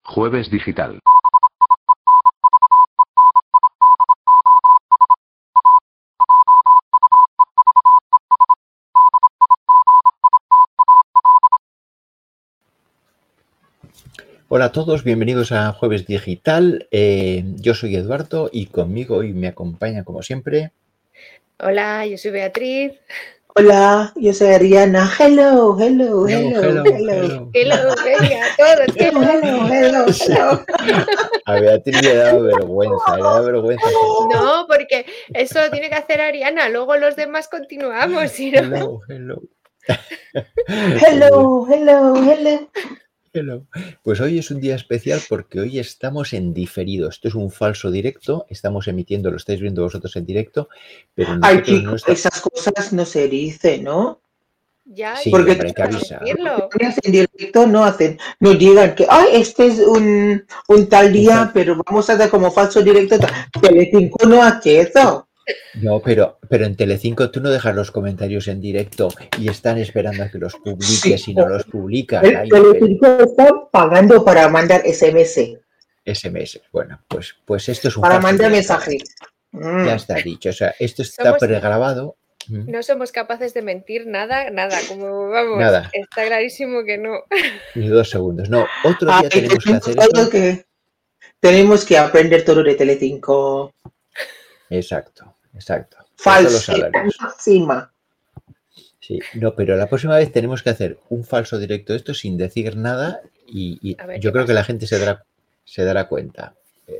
Jueves Digital. Hola a todos, bienvenidos a Jueves Digital. Yo soy Eduardo y conmigo hoy me acompaña, como siempre. Hola, yo soy Beatriz. Hola, yo soy Ariana. Hello. Hello. Venga, todos. Hello. A Beatriz le daba vergüenza. No, porque eso lo tiene que hacer Ariana, luego los demás continuamos, ¿sí, no? Hello. Pues hoy es un día especial porque hoy estamos en diferido. Esto es un falso directo, estamos emitiendo, lo estáis viendo vosotros en directo, pero Ay, chicos, esas cosas no se dicen, ¿no? Ya, sí, porque hombre, hay que avisar. En directo no digan que este es un tal día, pero vamos a hacer como falso directo. Telecinco no hace eso. No, pero en Telecinco tú no dejas los comentarios en directo y están esperando a que los publiques y no los publicas. Telecinco está pagando para mandar SMS. Bueno, pues esto es un para falso mandar directo. mensajes. Ya está dicho, o sea, esto está pregrabado. No somos capaces de mentir nada, como vamos, nada. Está clarísimo que no. Ni 2 segundos, no. Otro día tenemos que hacer eso. Tenemos que aprender todo de Telecinco. Exacto. Falso, máxima. Sí, no, pero la próxima vez tenemos que hacer un falso directo de esto sin decir nada y yo creo que la gente se dará cuenta.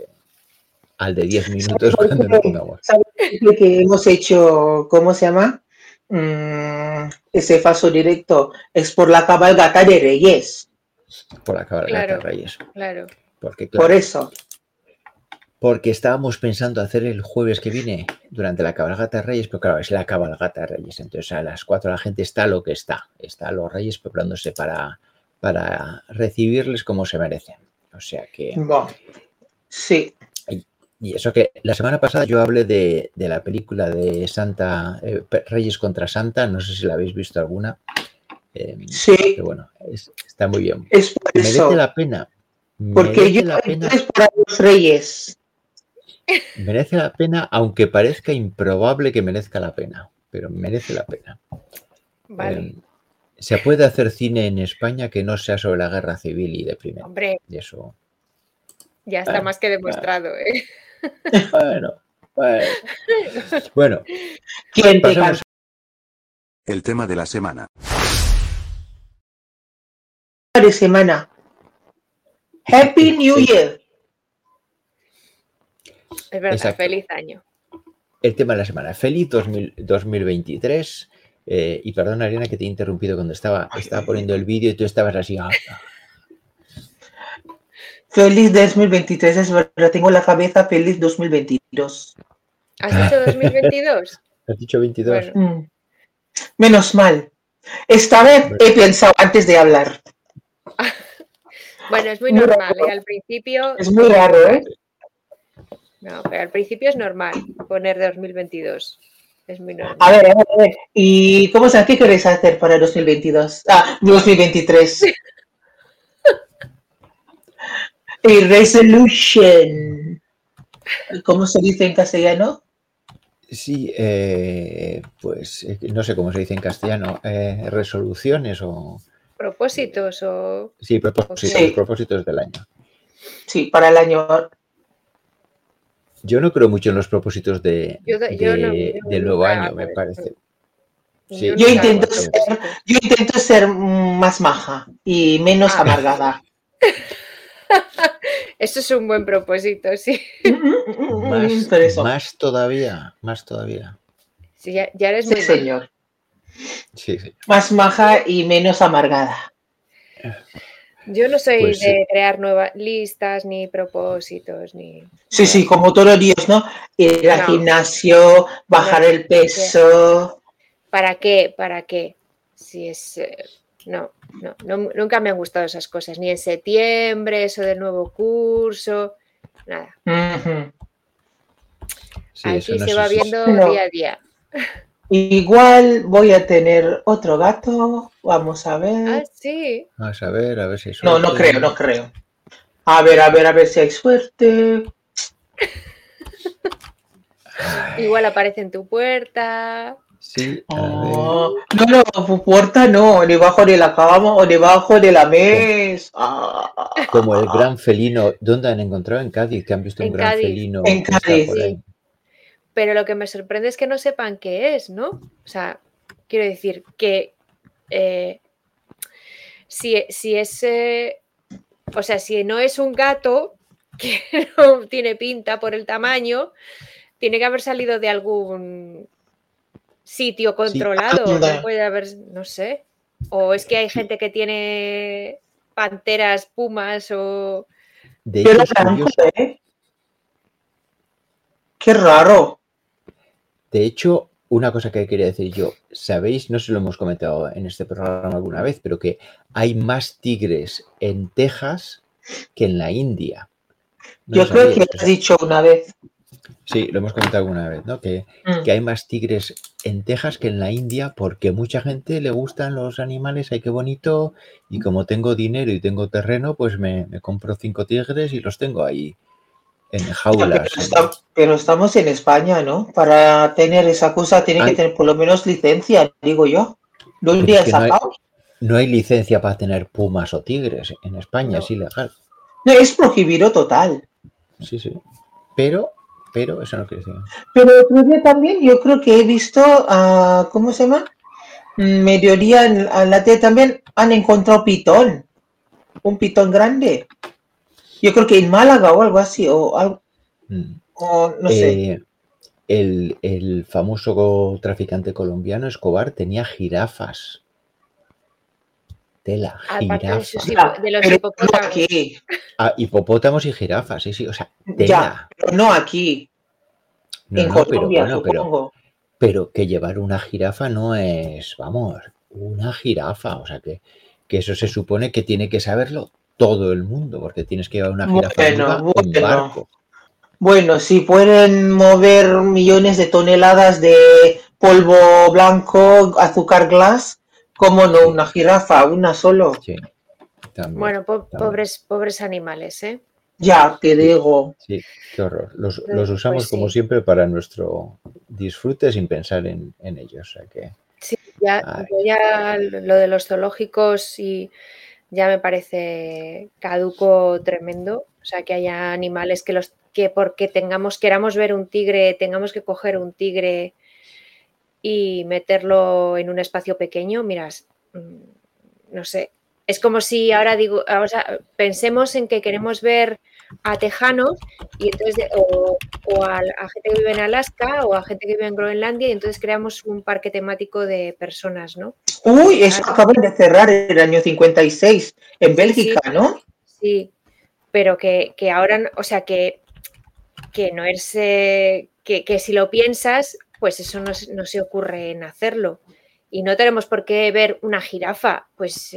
Al de 10 minutos cuando lo pongamos. ¿Sabes que hemos hecho, cómo se llama? Ese falso directo es por la cabalgata de Reyes. Por la cabalgata de Reyes. Claro. Por eso. Porque estábamos pensando hacer el jueves que viene durante la cabalgata de Reyes, pero claro, es la cabalgata de Reyes. Entonces a las 4 la gente está lo que está. Está los Reyes preparándose para recibirles como se merecen. O sea que... Bueno, sí. Y eso que la semana pasada yo hablé de la película de Santa, Reyes contra Santa, no sé si la habéis visto alguna. Sí. Pero bueno, está muy bien. Es por merece eso. La pena. Porque yo es para los Reyes. Merece la pena, aunque parezca improbable que merezca la pena, pero merece la pena. Vale. Se puede hacer cine en España que no sea sobre la guerra civil y deprimente. Hombre. Y eso... Ya está más que demostrado, ¿eh? Bueno. ¿Quién te pasamos... El tema de la semana. De semana. Happy New Year. Es verdad, Exacto. Feliz año. El tema de la semana. Feliz 2023. Y perdona, Ariana, que te he interrumpido cuando estaba poniendo el vídeo y tú estabas así... Feliz 2023, es verdad, tengo la cabeza feliz 2022. ¿Has dicho 2022? ¿Has dicho 22? Bueno. Menos mal. Esta vez he pensado antes de hablar. Bueno, es muy normal, ¿eh? Al principio... Es muy raro, ¿eh? No, pero al principio es normal poner 2022. Es muy normal. A ver. ¿Y qué queréis hacer para 2022? 2023. Y resolution. ¿Cómo se dice en castellano? Sí, pues no sé cómo se dice en castellano. ¿Resoluciones o...? ¿Propósitos o...? Sí, propósitos del año. Sí, para el año... Yo no creo mucho en los propósitos del nuevo año, me parece. Sí, yo intento ser más maja y menos amargada. Eso es un buen propósito, sí. Más todavía. Sí, ya eres muy señor. Sí. Más maja y menos amargada. Yo no soy de crear nuevas listas, ni propósitos, ni... Sí, como todos los días, ¿no? Ir al gimnasio, bajar el peso... ¿Para qué? Si es... No, nunca me han gustado esas cosas. Ni en septiembre, eso del nuevo curso, nada. Sí, aquí se va viendo día a día. Igual voy a tener otro gato, vamos a ver. Sí. Vamos a ver si No creo. A ver si hay suerte. Igual aparece en tu puerta. Sí, a ver. No, puerta no, debajo de la cama o debajo de la mesa. Como el gran felino. ¿Dónde han encontrado? En Cádiz, que han visto un En gran Cádiz. felino En que está Cádiz, por ahí. Pero lo que me sorprende es que no sepan qué es, ¿no? O sea, quiero decir que si es, o sea, si no es un gato, que no tiene pinta por el tamaño, tiene que haber salido de algún sitio controlado, anda. no puede haber, no sé. O es que hay gente que tiene panteras, pumas o... De Pero hecho, es blanco, curioso. Qué raro. De hecho, una cosa que quería decir yo, sabéis, no sé si lo hemos comentado en este programa alguna vez, pero que hay más tigres en Texas que en la India. ¿No Yo lo creo que sabíais? lo has dicho una vez. Sí, lo hemos comentado alguna vez, ¿no? Que hay más tigres en Texas que en la India porque mucha gente le gustan los animales, ay, qué bonito, y como tengo dinero y tengo terreno, pues me compro 5 tigres y los tengo ahí en jaulas. Pero estamos en España, ¿no? Para tener esa cosa tiene que tener por lo menos licencia, digo yo. ¿Dónde has sacado? No hay licencia para tener pumas o tigres en España, es ilegal. No, es prohibido total. Sí, sí. Pero eso no quiere decir. Pero otro día también yo creo que he visto, ¿cómo se llama? Mediodía en la tele también han encontrado pitón. Un pitón grande. Yo creo que en Málaga o algo así, o algo, o no sé. El famoso traficante colombiano Escobar tenía jirafas. Tela, jirafas. De los hipopótamos. Aquí. Hipopótamos y jirafas, sí, sí. O sea, tela. Ya, pero no aquí. No, en no, Colombia, pero bueno, supongo. pero que llevar una jirafa no es, vamos, una jirafa. O sea, que eso se supone que tiene que saberlo todo el mundo, porque tienes que llevar una jirafa viva en barco. Bueno, si pueden mover millones de toneladas de polvo blanco, azúcar glass, ¿cómo no? Una jirafa, una solo. Sí, también. Bueno, pobres animales, ¿eh? Ya, te digo. Sí, qué horror. Los usamos pues como siempre para nuestro disfrute sin pensar en ellos. O sea que... Sí, ya lo de los zoológicos y ya me parece caduco tremendo. O sea, que haya animales que porque queramos ver un tigre, tengamos que coger un tigre y meterlo en un espacio pequeño, miras, no sé. Es como si ahora pensemos en que queremos ver a tejanos y entonces o a gente que vive en Alaska o a gente que vive en Groenlandia y entonces creamos un parque temático de personas, ¿no? Uy, eso acaban de cerrar en el año 56 en Bélgica, sí, ¿no? Sí, pero que ahora, o sea, que no es que si lo piensas, pues eso no se ocurre en hacerlo. Y no tenemos por qué ver una jirafa, pues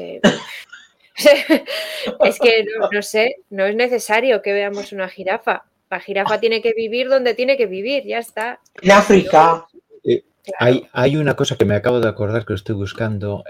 es que no sé, no es necesario que veamos una jirafa. La jirafa tiene que vivir donde tiene que vivir, ya está. En África. Claro. Hay una cosa que me acabo de acordar que lo estoy buscando.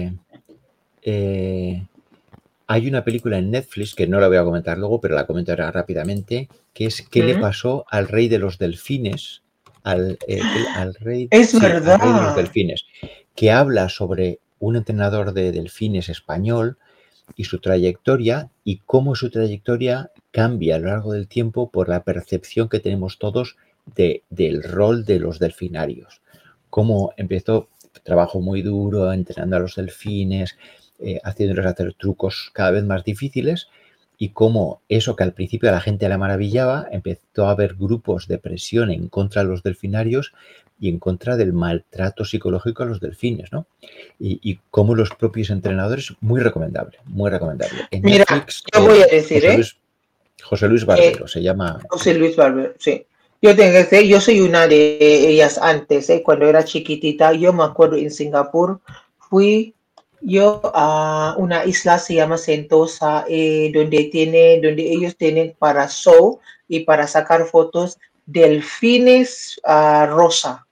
Hay una película en Netflix, que no la voy a comentar luego, pero la comentaré rápidamente, que es ¿Qué le pasó al rey de los delfines? Al rey, verdad. al rey de los delfines, que habla sobre un entrenador de delfines español y su trayectoria y cómo su trayectoria cambia a lo largo del tiempo por la percepción que tenemos todos del rol de los delfinarios. Cómo empezó trabajo muy duro entrenando a los delfines, haciéndoles hacer trucos cada vez más difíciles, y cómo eso que al principio a la gente le maravillaba, empezó a haber grupos de presión en contra de los delfinarios y en contra del maltrato psicológico a los delfines, ¿no? Y cómo los propios entrenadores, muy recomendable, muy recomendable. En Mira, Netflix, yo voy a decir, José Luis Barbero se llama. José Luis Barbero, sí. Yo tengo que decir, yo soy una de ellas antes, cuando era chiquitita. Yo me acuerdo en Singapur, fui yo a una isla, se llama Sentosa, donde ellos tienen para show y para sacar fotos delfines rosa.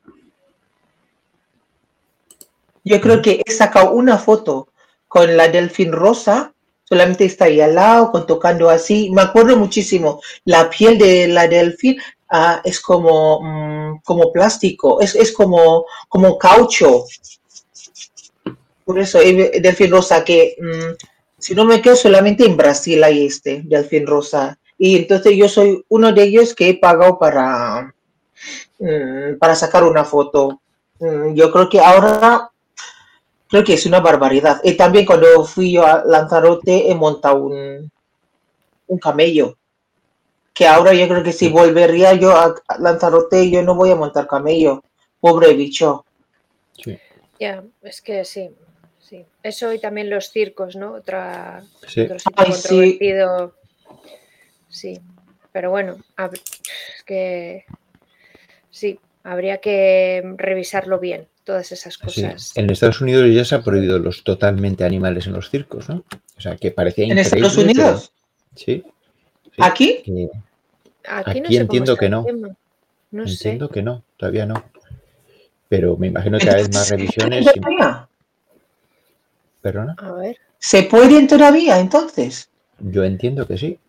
Yo creo que he sacado una foto con la delfín rosa, solamente está ahí al lado, tocando así. Me acuerdo muchísimo, la piel de la delfín es como plástico, es como caucho. Por eso, el delfín rosa, que si no me quedo solamente en Brasil hay delfín rosa. Y entonces yo soy uno de ellos que he pagado para sacar una foto. Yo creo que ahora, creo que es una barbaridad. Y también cuando fui yo a Lanzarote he montado un camello. Que ahora yo creo que si volvería yo a Lanzarote, yo no voy a montar camello. Pobre bicho. Sí. Ya, es que sí. Eso y también los circos, ¿no? Otro sitio Ay, controvertido. Sí. Pero bueno, es que sí, habría que revisarlo bien, todas esas cosas. Sí. En Estados Unidos ya se han prohibido los totalmente animales en los circos, ¿no? O sea, que parecía increíble. ¿En Estados Unidos? Pero, sí. ¿Aquí? Aquí no sé entiendo que no. No entiendo sé. que no, todavía no. Pero me imagino que cada vez más revisiones. ¿Perdona? A ver. ¿Se pueden todavía entonces? Yo entiendo que sí.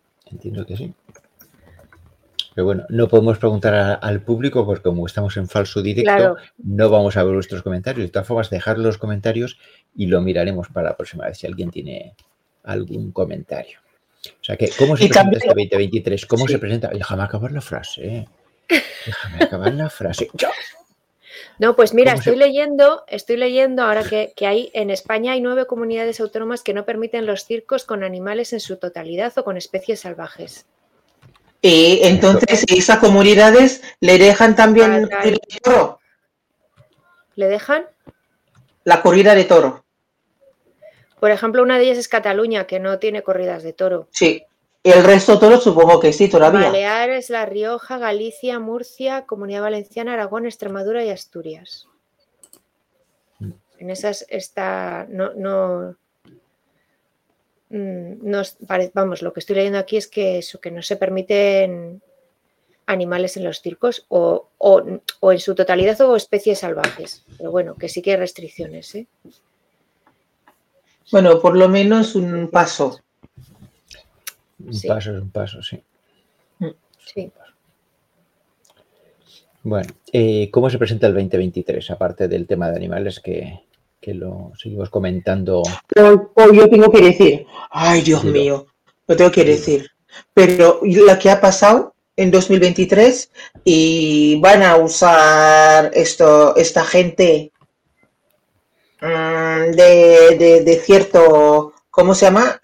Pero bueno, no podemos preguntar al público porque como estamos en falso directo, claro, no vamos a ver vuestros comentarios. De todas formas, dejad los comentarios y lo miraremos para la próxima vez si alguien tiene algún comentario. O sea que, ¿cómo se presenta este 2023? ¿Cómo se presenta? Déjame acabar la frase. ¡Ya! No, pues mira, estoy leyendo ahora que hay en España hay 9 comunidades autónomas que no permiten los circos con animales en su totalidad o con especies salvajes. Y entonces esas comunidades le dejan también corrida de toro. ¿Le dejan? La corrida de toro. Por ejemplo, una de ellas es Cataluña, que no tiene corridas de toro. Sí. El resto todo supongo que sí, todavía. Baleares, La Rioja, Galicia, Murcia, Comunidad Valenciana, Aragón, Extremadura y Asturias. En esas está... vamos, lo que estoy leyendo aquí es que no se permiten animales en los circos o en su totalidad o especies salvajes. Pero bueno, que sí que hay restricciones, ¿eh? Bueno, por lo menos un paso. Un paso, sí. Sí. Bueno, ¿cómo se presenta el 2023? Aparte del tema de animales que lo seguimos comentando. Yo tengo que decir, ay Dios mío, lo tengo que decir. Pero lo que ha pasado en 2023 y van a usar esta gente de cierto, ¿cómo se llama?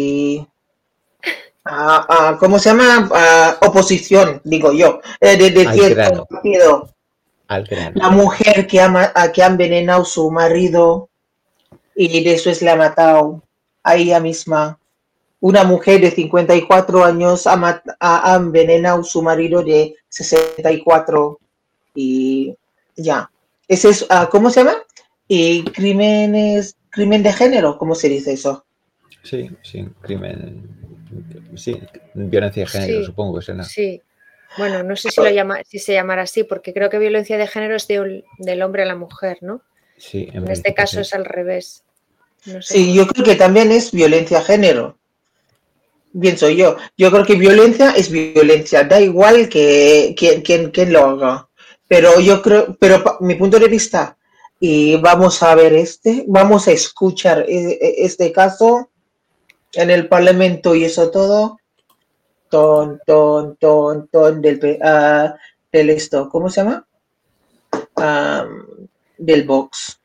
¿Cómo se llama? Oposición, digo yo, de cierto partido. La mujer que ha envenenado a su marido y después le ha matado a ella misma. Una mujer de 54 años ha envenenado a su marido de 64 y ya. Ese es, ¿cómo se llama? Y crimen de género, ¿cómo se dice eso? Sí, crimen. Sí, violencia de género, supongo que será. Sí. Bueno, no sé si se llamará así, porque creo que violencia de género es del hombre a la mujer, ¿no? Sí, en este caso es al revés. No sé sí, yo creo que también es violencia de género. Pienso yo. Yo creo que violencia es violencia, da igual quién lo haga. Pero yo creo, mi punto de vista, y vamos a ver vamos a escuchar este caso en el Parlamento y eso todo, del esto, ¿cómo se llama? Del Vox.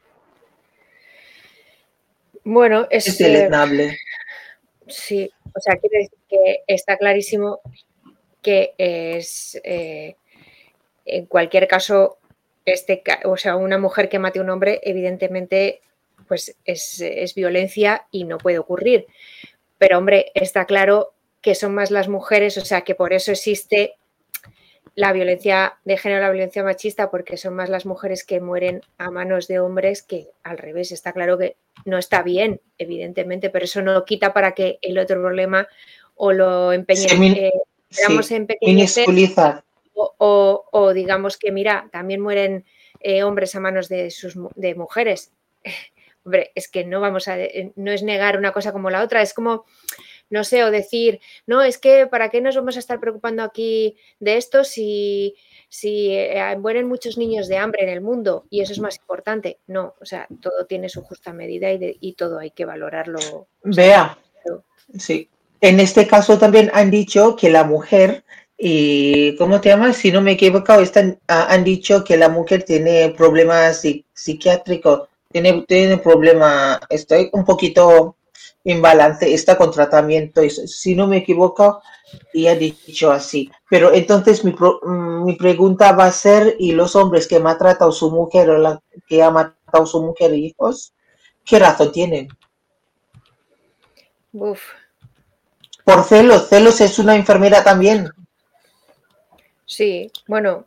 Bueno, es deleznable. Sí, o sea, quiero decir que está clarísimo que es, en cualquier caso, o sea, una mujer que mate a un hombre, evidentemente, pues es violencia y no puede ocurrir. Pero, hombre, está claro que son más las mujeres, o sea, que por eso existe la violencia de género, la violencia machista, porque son más las mujeres que mueren a manos de hombres que al revés. Está claro que no está bien, evidentemente, pero eso no quita para que el otro problema o lo empeñemos en pequeñecer o digamos que, mira, también mueren hombres a manos de mujeres. hombre, es que no es negar una cosa como la otra, es como, no sé, o decir, no, es que ¿para qué nos vamos a estar preocupando aquí de esto si mueren muchos niños de hambre en el mundo y eso es más importante? No, o sea, todo tiene su justa medida y todo hay que valorarlo. Vea, sí. En este caso también han dicho que la mujer, y ¿cómo te llamas? Si no me he equivocado, han dicho que la mujer tiene problemas psiquiátricos, tiene problema, estoy un poquito imbalance, está con tratamiento, si no me equivoco, y ha dicho así. Pero entonces mi pregunta va a ser, ¿y los hombres que maltratan a su mujer o que ha matado a su mujer e hijos, qué razón tienen? Uf. Por celos es una enfermedad también. Sí, bueno,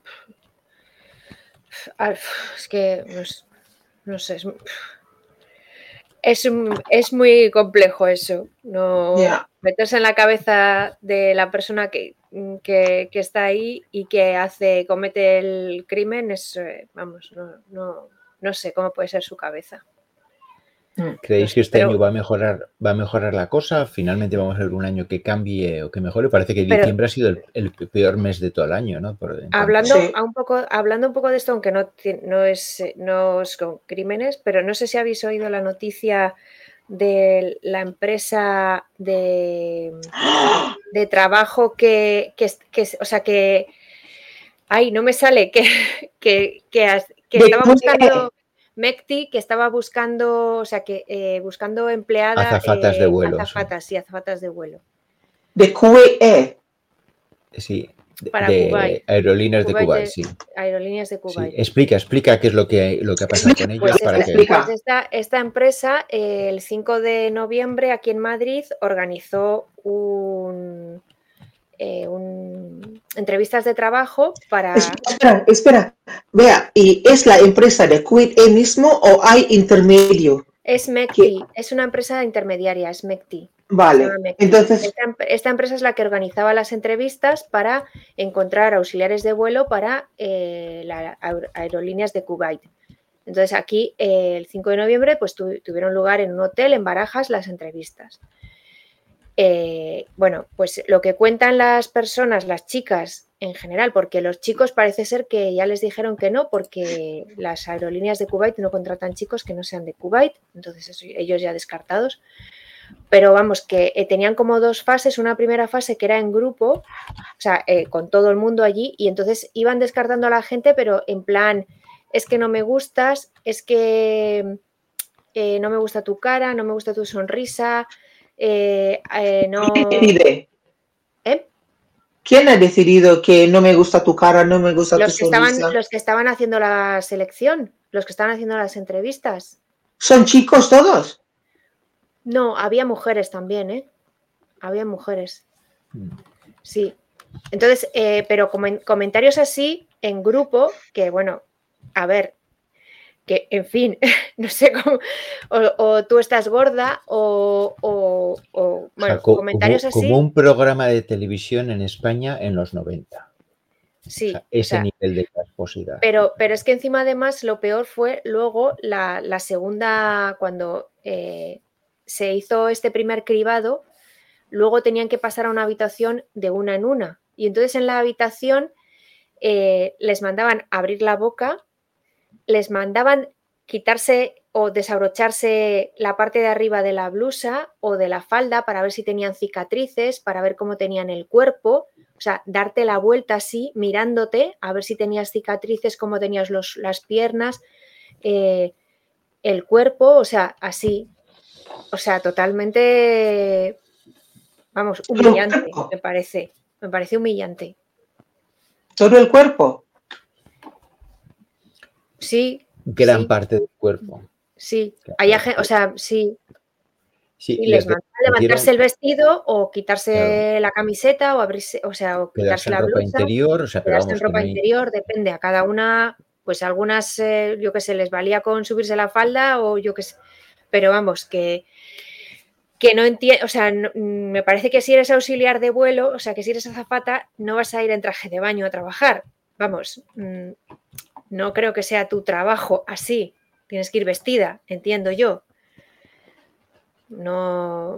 es que no sé, es muy complejo eso, no meterse en la cabeza de la persona que está ahí y que comete el crimen es, vamos, no sé cómo puede ser su cabeza. ¿Creéis que este año va a mejorar la cosa? ¿Finalmente vamos a ver un año que cambie o que mejore? Parece que diciembre ha sido el peor mes de todo el año, ¿no? Hablando un poco de esto, aunque no es con crímenes, pero no sé si habéis oído la noticia de la empresa de trabajo o sea, que ay, no me sale, que estaba buscando MECTI, que estaba buscando, o sea, que buscando empleada. Azafatas de vuelo. Azafatas de vuelo. De QE. Sí. Para Kuwait. Aerolíneas de Kuwait, sí. Aerolíneas de Kuwait. Sí. Explica qué es lo que ha pasado con ellos. Pues esta empresa, el 5 de noviembre, aquí en Madrid, organizó entrevistas de trabajo para... Espera. Vea, ¿y es la empresa de QE mismo o hay intermedio? Es MECTI, es una empresa intermediaria, es MECTI. Vale, entonces... Esta empresa es la que organizaba las entrevistas para encontrar auxiliares de vuelo para las aerolíneas de Kuwait. Entonces aquí, el 5 de noviembre, pues tuvieron lugar en un hotel en Barajas las entrevistas. Bueno, pues lo que cuentan las personas, las chicas en general, porque los chicos parece ser que ya les dijeron que no, porque las aerolíneas de Kuwait no contratan chicos que no sean de Kuwait, entonces ellos ya descartados. Pero vamos, que tenían como dos fases, una primera fase que era en grupo, o sea, con todo el mundo allí, y entonces iban descartando a la gente, pero en plan, es que no me gustas, es que no me gusta tu cara, no me gusta tu sonrisa, no... ¿Quién decide? ¿Quién ha decidido que no me gusta tu cara, no me gusta tu sonrisa? Los que estaban haciendo la selección, los que estaban haciendo las entrevistas. ¿Son chicos todos? No, había mujeres también, ¿eh? Había mujeres. Sí. Entonces, pero comentarios así en grupo, que bueno, a ver, que en fin, no sé cómo, o tú estás gorda bueno, o sea, comentarios así. Como un programa de televisión en España en los 90. Sí. O sea, ese nivel de casposidad. Pero es que encima además lo peor fue luego la segunda, cuando se hizo este primer cribado, luego tenían que pasar a una habitación de una en una. Y entonces en la habitación les mandaban abrir la boca, les mandaban quitarse o desabrocharse la parte de arriba de la blusa o de la falda para ver si tenían cicatrices, para ver cómo tenían el cuerpo. O sea, darte la vuelta así, mirándote, a ver si tenías cicatrices, cómo tenías las piernas, el cuerpo, o sea, así. O sea, totalmente... Vamos, humillante, me parece. Me parece humillante. ¿Todo el cuerpo? Sí. Gran parte del cuerpo. Sí. O sea, sí. Sí, y les mandaban levantarse el vestido o quitarse la camiseta o abrirse, o sea, o quitarse la blusa. Interior, o sea, pero quedarse en ropa interior, depende. A cada una, pues algunas, yo qué sé, les valía con subirse la falda o yo qué sé. Pero vamos, que no entiendo, o sea, me parece que si eres auxiliar de vuelo, o sea, que si eres azafata, no vas a ir en traje de baño a trabajar. Vamos, no creo que sea tu trabajo así. Tienes que ir vestida, entiendo yo. No.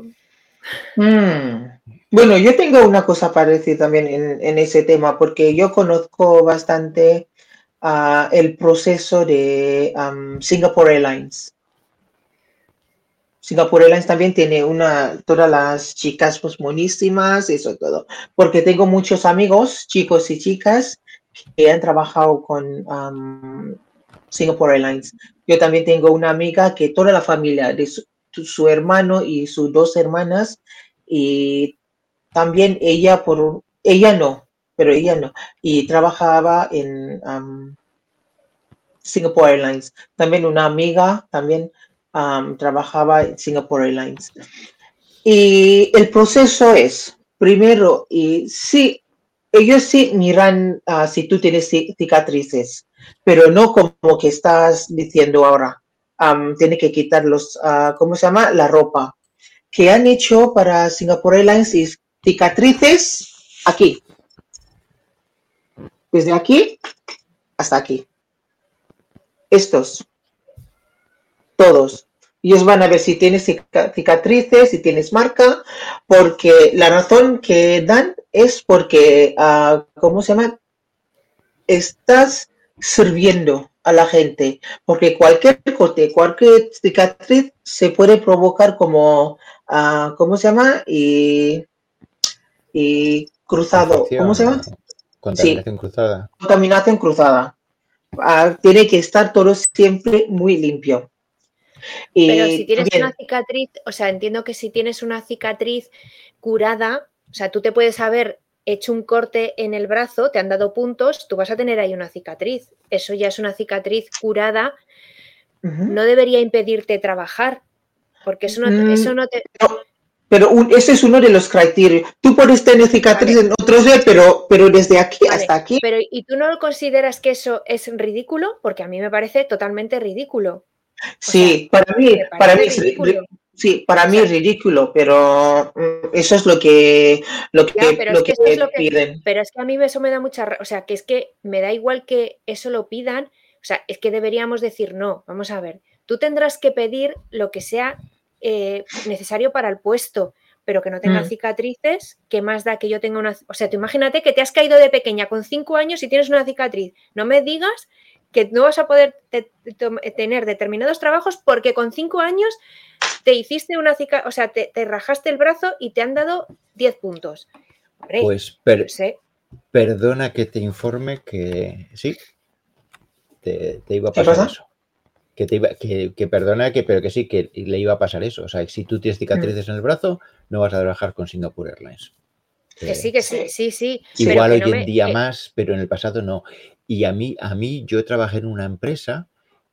Bueno, yo tengo una cosa para decir también en ese tema, porque yo conozco bastante el proceso de Singapore Airlines. Singapore Airlines también tiene todas las chicas pues monísimas, eso todo, porque tengo muchos amigos, chicos y chicas, que han trabajado con Singapore Airlines. Yo también tengo una amiga que toda la familia de su hermano y sus 2 hermanas, y también ella no, y trabajaba en Singapore Airlines. También una amiga también trabajaba en Singapore Airlines. Y el proceso es, primero, ellos sí miran si tú tienes cicatrices, pero no como que estás diciendo ahora. Tiene que quitar ¿cómo se llama? La ropa. Que han hecho para Singapore Airlines y cicatrices aquí. Desde aquí hasta aquí. Estos. Todos. Ellos van a ver si tienes cicatrices, si tienes marca, porque la razón que dan es porque, ¿cómo se llama? Estás sirviendo a la gente, porque cualquier corte, cualquier cicatriz se puede provocar como, ¿cómo se llama? Y cruzado, ¿cómo se llama? Contaminación cruzada. Contaminación cruzada. Tiene que estar todo siempre muy limpio. Pero si tienes una cicatriz, o sea, entiendo que si tienes una cicatriz curada, o sea, tú te puedes haber hecho un corte en el brazo, te han dado puntos, tú vas a tener ahí una cicatriz. Eso ya es una cicatriz curada. No debería impedirte trabajar, porque eso no te... Pero ese es uno de los criterios. Tú puedes tener cicatrices en otros, pero desde aquí hasta aquí. Pero ¿y tú no consideras que eso es ridículo? Porque a mí me parece totalmente ridículo. Sí, para mí es ridículo. Sí, para mí es ridículo, pero eso es lo que piden. Pero es que a mí eso me da mucha... O sea, que es que me da igual que eso lo pidan. O sea, es que deberíamos decir no. Vamos a ver. Tú tendrás que pedir lo que sea necesario para el puesto, pero que no tenga cicatrices. ¿Qué más da que yo tenga una... O sea, tú imagínate que te has caído de pequeña con 5 años y tienes una cicatriz. No me digas que no vas a poder tener determinados trabajos porque con 5 años te hiciste una cicatriz, o sea, te rajaste el brazo y te han dado 10 puntos. Hombre, pues no sé. Perdona que te informe que sí, te iba a pasar eso. Que perdona, pero que sí, que le iba a pasar eso. O sea, si tú tienes cicatrices en el brazo, no vas a trabajar con Singapore Airlines. Que sí. Igual hoy en día más, pero en el pasado no. Y a mí yo trabajé en una empresa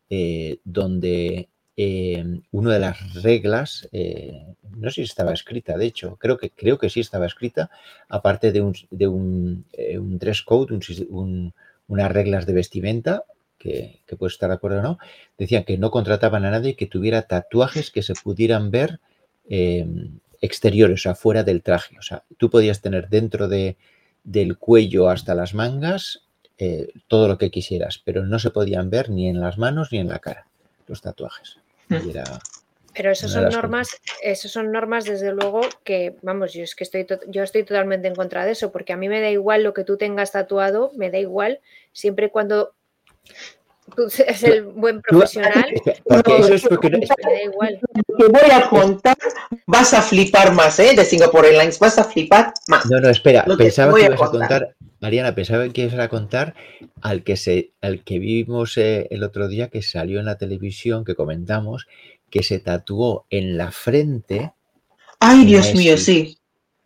donde una de las reglas, no sé si estaba escrita, de hecho, creo que sí estaba escrita, aparte de un dress code, unas reglas de vestimenta, que puedes estar de acuerdo o no, decían que no contrataban a nadie que tuviera tatuajes que se pudieran ver exteriores, o sea, fuera del traje. O sea, tú podías tener dentro del cuello hasta las mangas todo lo que quisieras, pero no se podían ver ni en las manos ni en la cara los tatuajes. Pero eso son normas, desde luego, que, vamos, yo estoy totalmente en contra de eso, porque a mí me da igual lo que tú tengas tatuado, me da igual, siempre y cuando tú seas el buen profesional. Porque eso es porque me da igual. Te voy a contar, vas a flipar más, de Singapore Airlines, vas a flipar más. No, espera, pensaba que ibas a contar, Mariana, pensaba que ibas a contar al que vimos el otro día, que salió en la televisión, que comentamos, que se tatuó en la frente. Ay, Dios mío, sí.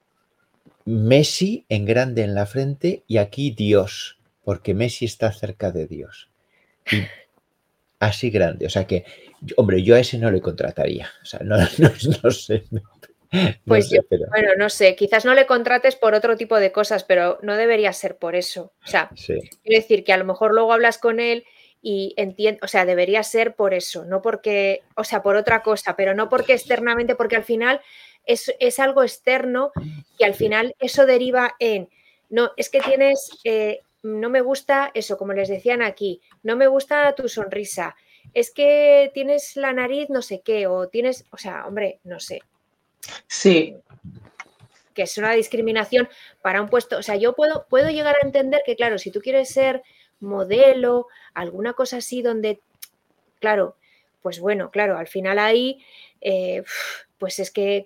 Messi en grande en la frente y aquí Dios, porque Messi está cerca de Dios. Y así grande, o sea que, hombre, yo a ese no le contrataría, o sea, no sé. Pues yo, bueno, no sé, quizás no le contrates por otro tipo de cosas, pero no debería ser por eso. O sea, quiero decir que a lo mejor luego hablas con él y entiendo, o sea, debería ser por eso, no porque, o sea, por otra cosa, pero no porque externamente, porque al final es algo externo que al final eso deriva en, no, es que tienes, no me gusta eso, como les decían aquí, no me gusta tu sonrisa, es que tienes la nariz no sé qué, o tienes, o sea, hombre, no sé. Sí. Que es una discriminación para un puesto. O sea, yo puedo llegar a entender que, claro, si tú quieres ser modelo, alguna cosa así donde, claro, pues bueno, claro, al final ahí, pues es que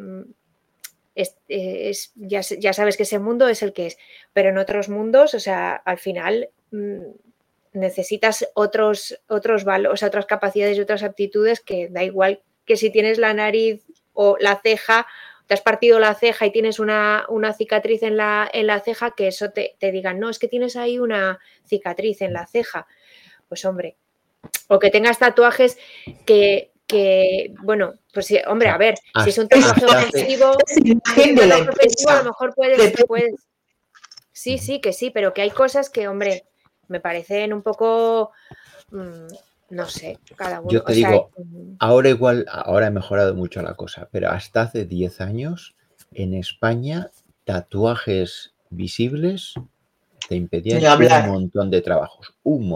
ya sabes que ese mundo es el que es, pero en otros mundos, o sea, al final necesitas otros valores, o sea, otras capacidades y otras aptitudes que da igual que si tienes la nariz o la ceja, te has partido la ceja y tienes una cicatriz en la ceja, que eso te digan, no, es que tienes ahí una cicatriz en la ceja. Pues hombre, o que tengas tatuajes que bueno, pues sí, hombre, a ver, si es un tatuaje ofensivo, a lo mejor puedes. Sí, que sí, pero que hay cosas que, hombre, me parecen un poco, no sé, cada uno. Yo te digo, ahora ha mejorado mucho la cosa, pero hasta hace 10 años en España tatuajes visibles te impedían un montón de trabajos,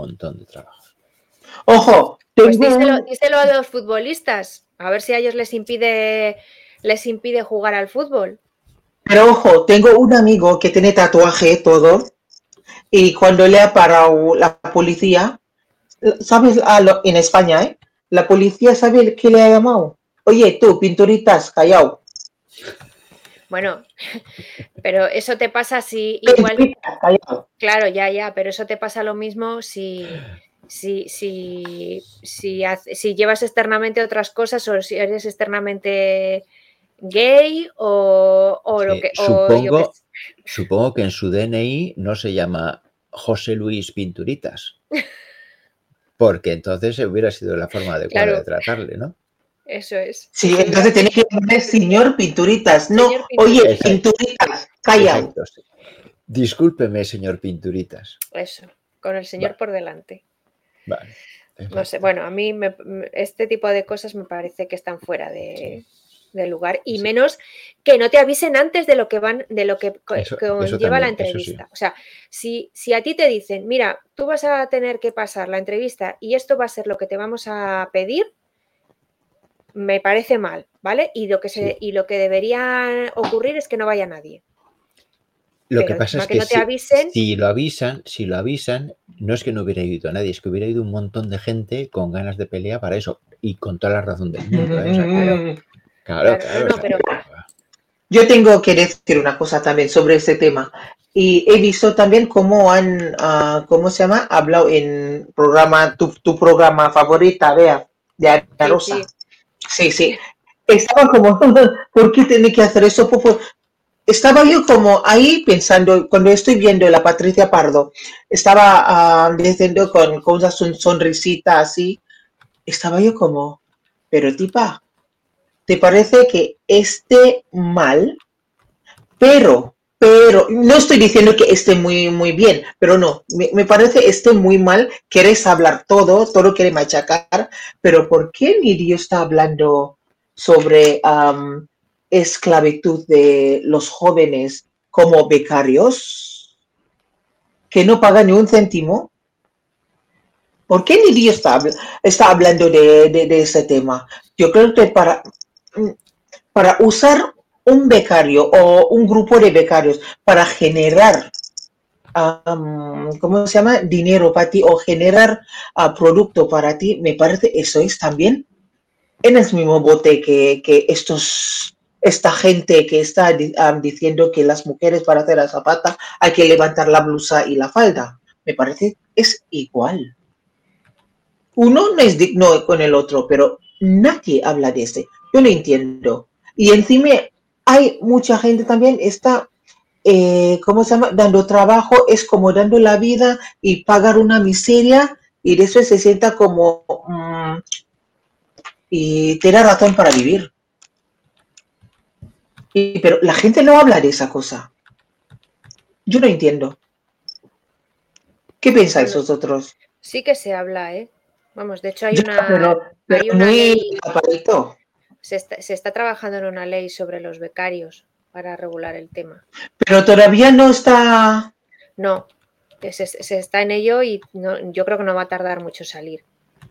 Ojo, pues díselo a los futbolistas, a ver si a ellos les impide jugar al fútbol. Pero ojo, tengo un amigo que tiene tatuaje todo y cuando le ha parado la policía, ¿sabes? En España, la policía sabe qué le ha llamado. Oye, tú, pinturitas, callao. Bueno, pero eso te pasa si igual. Claro, ya, pero eso te pasa lo mismo si llevas externamente otras cosas o si eres externamente gay o lo que. Supongo que en su DNI no se llama José Luis Pinturitas. Porque entonces hubiera sido la forma adecuada de tratarle, ¿no? Eso es. Sí, entonces tiene que llamar señor Pinturitas, no, señor Pinturitas. Oye, Pinturitas, calla. Exacto, sí. Discúlpeme, señor Pinturitas. Eso, con el señor por delante. Vale. No sé, bueno, a mí este tipo de cosas me parece que están fuera de lugar y menos que no te avisen antes de lo que conlleva la entrevista. O sea, si a ti te dicen, mira, tú vas a tener que pasar la entrevista y esto va a ser lo que te vamos a pedir, me parece mal, ¿vale? Y lo que debería ocurrir es que no vaya nadie. Lo que pasa es que no te avisen, si lo avisan, no es que no hubiera ido nadie, es que hubiera ido un montón de gente con ganas de pelea para eso y con toda la razón del mundo. Claro. No, pero yo tengo que decir una cosa también sobre este tema. Y he visto también cómo han, ¿cómo se llama? Hablado en programa, tu programa favorita, Bea, de Ana Rosa. Sí. Estaba como, ¿por qué tiene que hacer eso? Estaba yo como ahí pensando, cuando estoy viendo a la Patricia Pardo, estaba diciendo con una sonrisita así, estaba yo como, pero tipa, ¿te parece que esté mal? Pero, no estoy diciendo que esté muy bien, pero no, me parece esté muy mal, querés hablar todo quiere machacar, pero ¿por qué ni Dios está hablando sobre esclavitud de los jóvenes como becarios que no pagan ni un céntimo? ¿Por qué ni Dios está hablando de ese tema? Yo creo que para usar un becario o un grupo de becarios para generar, ¿cómo se llama? Dinero para ti o generar producto para ti, me parece eso es también en el mismo bote que esta gente que está diciendo que las mujeres para hacer la zapata hay que levantar la blusa y la falda. Me parece es igual. Uno no es digno con el otro, pero nadie habla de ese. Yo no entiendo. Y encima hay mucha gente también está, ¿cómo se llama? Dando trabajo, es como dando la vida y pagar una miseria y de eso se sienta como y tiene razón para vivir. Pero la gente no habla de esa cosa. Yo no entiendo. ¿Qué pensáis vosotros? Sí que se habla, ¿eh? Vamos, de hecho hay una ley. Se está trabajando en una ley sobre los becarios para regular el tema. Pero todavía no No, se está en ello y yo creo que no va a tardar mucho salir.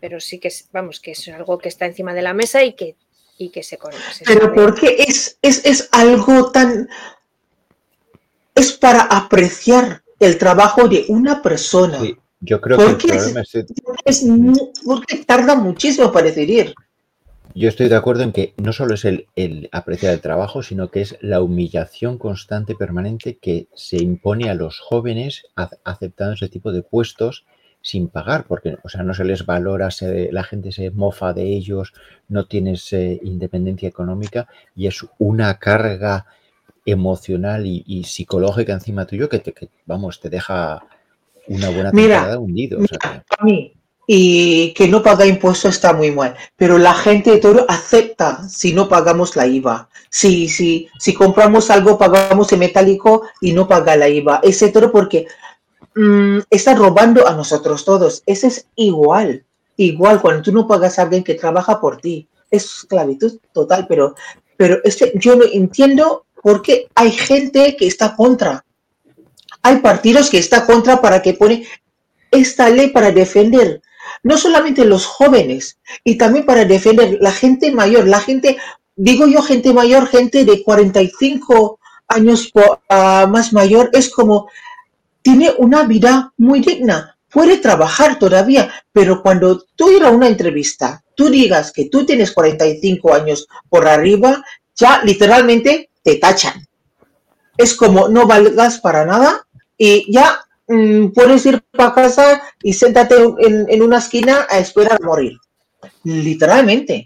pero sí que vamos, que es algo que está encima de la mesa y que se conoce. Pero porque es algo tan... Es para apreciar el trabajo de una persona. Sí, yo creo que el problema porque tarda muchísimo para decidir. Yo estoy de acuerdo en que no solo es el apreciar el trabajo, sino que es la humillación constante y permanente que se impone a los jóvenes aceptando ese tipo de puestos sin pagar, porque o sea, no se les valora, la gente se mofa de ellos, no tienes independencia económica y es una carga emocional y psicológica encima tuyo que te deja una buena temporada hundido. O sea que... A mí, y que no paga impuestos está muy mal, pero la gente de todo acepta si no pagamos la IVA. Si compramos algo, pagamos el metálico y no paga la IVA, etcétera, porque está robando a nosotros todos. Eso es igual cuando tú no pagas a alguien que trabaja por ti. Es esclavitud total, pero yo no entiendo por qué hay gente que está contra. Hay partidos que están contra para que pone esta ley para defender no solamente los jóvenes, y también para defender la gente mayor, gente mayor, gente de 45 años más mayor, es como, tiene una vida muy digna, puede trabajar todavía, pero cuando tú ir a una entrevista, tú digas que tú tienes 45 años por arriba, ya literalmente te tachan. Es como no valgas para nada y ya puedes ir para casa y séntate en una esquina a esperar a morir. Literalmente.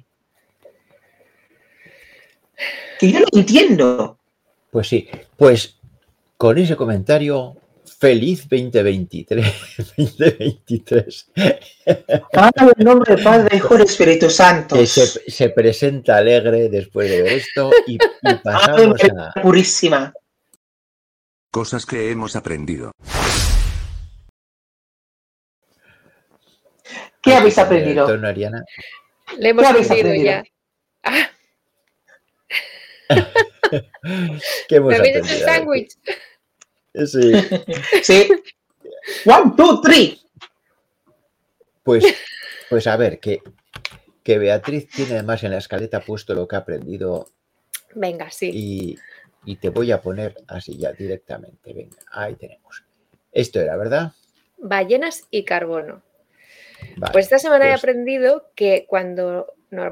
Que yo no entiendo. Pues sí, pues con ese comentario, feliz 2023. 2023. Padre, en nombre del Padre, Hijo y Espíritu Santo. Que se presenta alegre después de ver esto y pasamos a... Purísima. Cosas que hemos aprendido. ¿Qué habéis aprendido? Tono, Ariana. Le hemos aprendido ya. ¡Ah! ¿Qué hemos ¿Me aprendido? vienes el sándwich? Sí. Sí. 1, 2, 3. Pues a ver, que Beatriz tiene además en la escaleta puesto lo que ha aprendido. Venga, sí. Y te voy a poner así ya directamente. Venga, ahí tenemos. Esto era, ¿verdad? Ballenas y carbono. Vale, pues esta semana he aprendido que cuando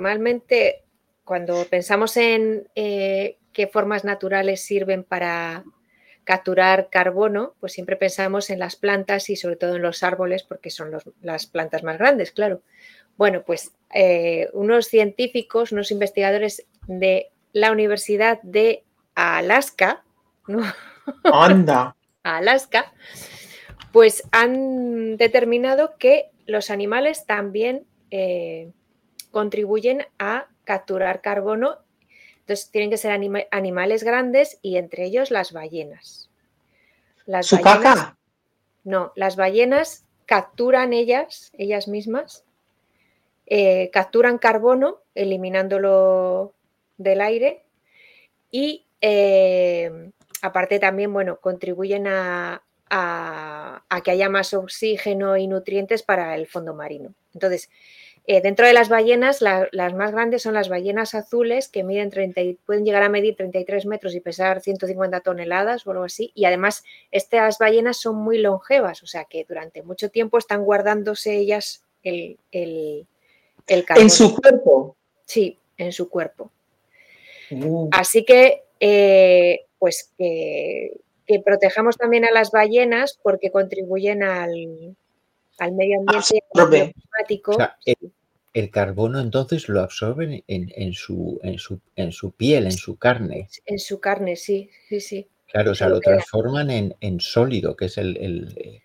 pensamos en qué formas naturales sirven para capturar carbono, pues siempre pensamos en las plantas y sobre todo en los árboles porque son las plantas más grandes, claro. Bueno, pues unos científicos, unos investigadores de la Universidad de Alaska, ¿no? ¡Anda! Alaska, pues han determinado que los animales también contribuyen a capturar carbono. Entonces tienen que ser animales grandes y entre ellos las ballenas. ¿Su caca? No, las ballenas capturan ellas mismas, capturan carbono eliminándolo del aire y aparte también, bueno, contribuyen a que haya más oxígeno y nutrientes para el fondo marino. Entonces, dentro de las ballenas, las más grandes son las ballenas azules, que pueden llegar a medir 33 metros y pesar 150 toneladas o algo así. Y además, estas ballenas son muy longevas, o sea que durante mucho tiempo están guardándose ellas el carbono. ¿En su cuerpo? Sí, en su cuerpo. Así que, pues que protejamos también a las ballenas porque contribuyen al medio ambiente y al cambio climático. O sea, el carbono entonces lo absorben en su piel, en su carne. En su carne, sí. Claro, o sea, lo transforman en sólido, que es el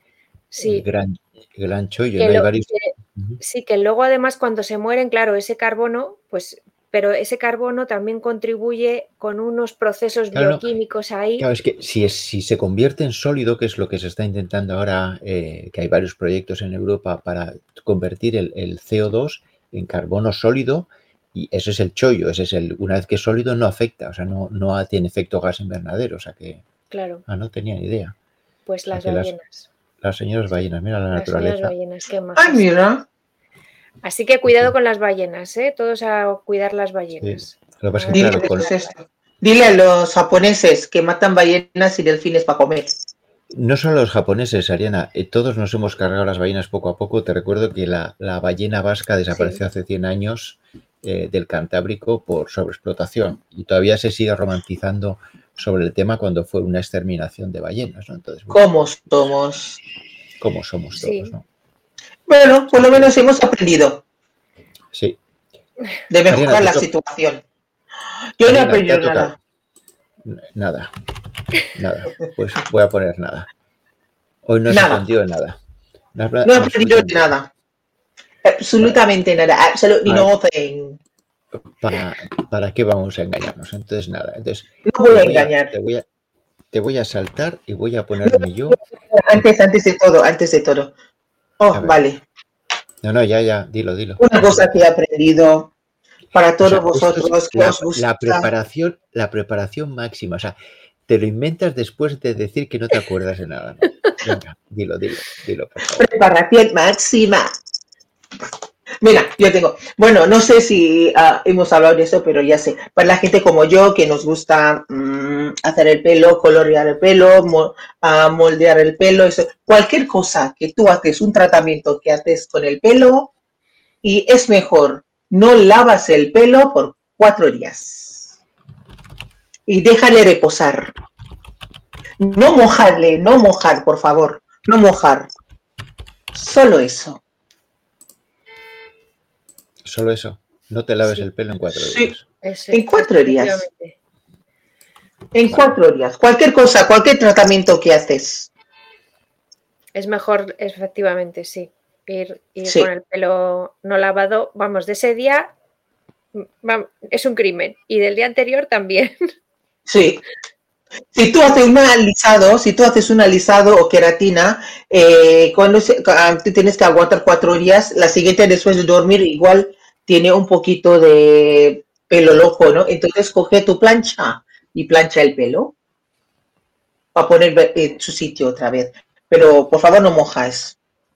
gran chollo. ¿No? Hay varios... Sí, que luego además cuando se mueren, claro, ese carbono, pues... Pero ese carbono también contribuye con unos procesos bioquímicos ahí. Claro, es que si se convierte en sólido, que es lo que se está intentando ahora, que hay varios proyectos en Europa para convertir el CO2 en carbono sólido, y ese es el chollo, una vez que es sólido no afecta, o sea, no tiene efecto gas invernadero, o sea que... Claro. No tenía ni idea. Pues las ballenas. Las señoras ballenas, mira la naturaleza. Las señoras ballenas, qué más. ¡Ay, mira! Así que cuidado con las ballenas, ¿eh? Todos a cuidar las ballenas. Sí. Lo que pasa es que, Dile, claro, con- dile a los japoneses que matan ballenas y delfines para comer. no solo los japoneses, Ariana, todos nos hemos cargado las ballenas poco a poco. Te recuerdo que la ballena vasca desapareció hace 100 años del Cantábrico por sobreexplotación y todavía se sigue romantizando sobre el tema cuando fue una exterminación de ballenas, ¿no? Entonces, bueno, ¿Cómo somos? ¿cómo somos Sí. todos, no? Bueno, por lo menos hemos aprendido Sí. de mejorar Mariana, la te to- situación. Yo no he Mariana, aprendido te ha tocado. nada. Nada. Pues voy a poner nada. Hoy no has Nada. aprendido nada. No he aprendido de nada. Absolutamente nada. Absolutely Vale. nothing. ¿Para qué vamos a engañarnos? Entonces, nada. Entonces, No voy a engañar. te voy a saltar y voy a ponerme yo. Antes de todo. Oh, A ver. vale. No, ya, dilo. Una cosa que he aprendido para todos O sea, vosotros esto es que os gusta. la preparación máxima. O sea, te lo inventas después de decir que no te acuerdas de nada, ¿no? Venga, dilo, por favor. Preparación máxima. Mira, yo tengo. Bueno, no sé si hemos hablado de eso, pero ya sé. Para la gente como yo que nos gusta hacer el pelo, colorear el pelo, moldear el pelo, eso, cualquier cosa que tú haces, un tratamiento que haces con el pelo, y es mejor, no lavas el pelo por 4 días. Y déjale reposar. No mojar, por favor. No mojar. Solo eso. Solo eso. No te laves Sí. el pelo en 4 Sí. días. En 4 días. Efectivamente. En 4 días. Cualquier cosa, cualquier tratamiento que haces. Es mejor, efectivamente, sí. Ir Sí. con el pelo no lavado. Vamos, de ese día es un crimen. Y del día anterior también. Sí. Si tú haces un alisado o queratina, cuando tú tienes que aguantar 4 días, la siguiente después de dormir igual tiene un poquito de pelo loco, ¿no? Entonces coge tu plancha y plancha el pelo para poner en su sitio otra vez. Pero por favor no mojas.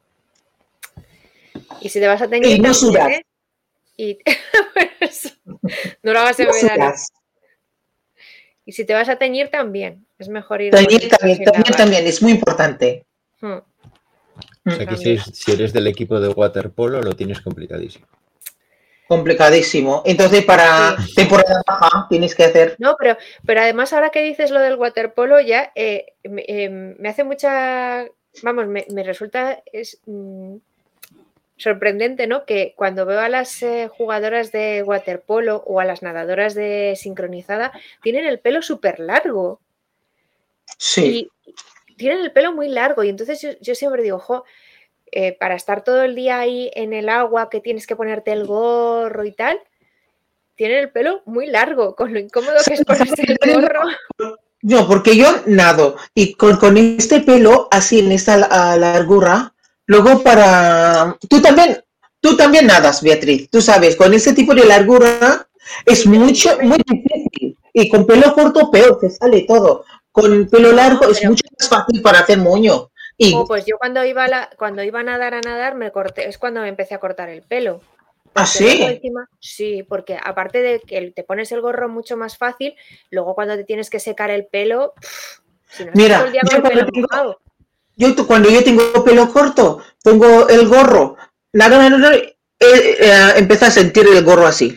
Y si te vas a teñir Y no también, sudas. ¿eh? Y pues, no lo hagas en No verano. sudas. Y si te vas a teñir también, es mejor ir Teñir bonito sin lavar. también es muy importante. Hmm. O sea que si eres del equipo de waterpolo lo tienes complicadísimo. Complicadísimo. Entonces para temporada baja tienes que hacer. No, pero además ahora que dices lo del waterpolo ya me hace mucha, vamos, me resulta sorprendente, ¿no? Que cuando veo a las jugadoras de waterpolo o a las nadadoras de sincronizada tienen el pelo súper largo. Sí. Y tienen el pelo muy largo y entonces yo siempre digo, ojo, para estar todo el día ahí en el agua que tienes que ponerte el gorro y tal, tienen el pelo muy largo, con lo incómodo que es ponerse el gorro. No, porque yo nado y con este pelo así en esta largura, luego tú también nadas, Beatriz, tú sabes, con ese tipo de largura es muy difícil y con pelo corto peor, te sale todo. Con pelo largo es mucho más fácil para hacer moño. Pues yo cuando iba a nadar me corté, es cuando me empecé a cortar el pelo. ¿Ah, sí? Encima, sí, porque aparte de que te pones el gorro mucho más fácil, luego cuando te tienes que secar el pelo, si no estás todo el día con el pelo mojado. Cuando yo tengo pelo corto, pongo el gorro, empiezo a sentir el gorro así.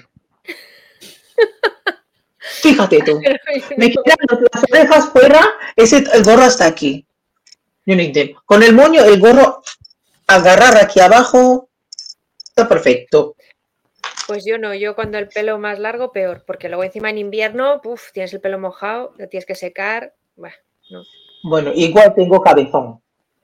Fíjate tú, me quedan las orejas fuera, el gorro hasta aquí. Yo no intento. Con el moño, el gorro, agarrar aquí abajo, está perfecto. Pues yo no, yo cuando el pelo más largo, peor, porque luego encima en invierno, tienes el pelo mojado, lo tienes que secar, no. Bueno, igual tengo cabezón.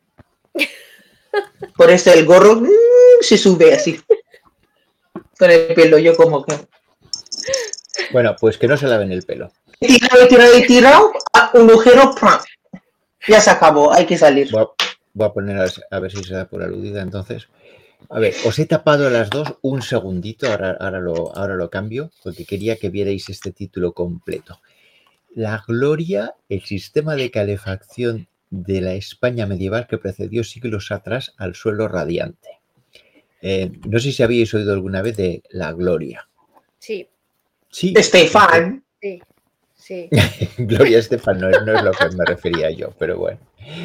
Por eso el gorro se sube así. Con el pelo, yo como que... Bueno, pues que no se laven el pelo. Tirado, un agujero, ¡pam! Ya se acabó, hay que salir. Voy a poner a ver si se da por aludida entonces. A ver, os he tapado a las dos un segundito, ahora lo cambio, porque quería que vierais este título completo. La gloria, el sistema de calefacción de la España medieval que precedió siglos atrás al suelo radiante. No sé si habéis oído alguna vez de La Gloria. Sí. Sí. Estefan. Sí, sí. Gloria Estefan no es lo que me refería yo, pero bueno.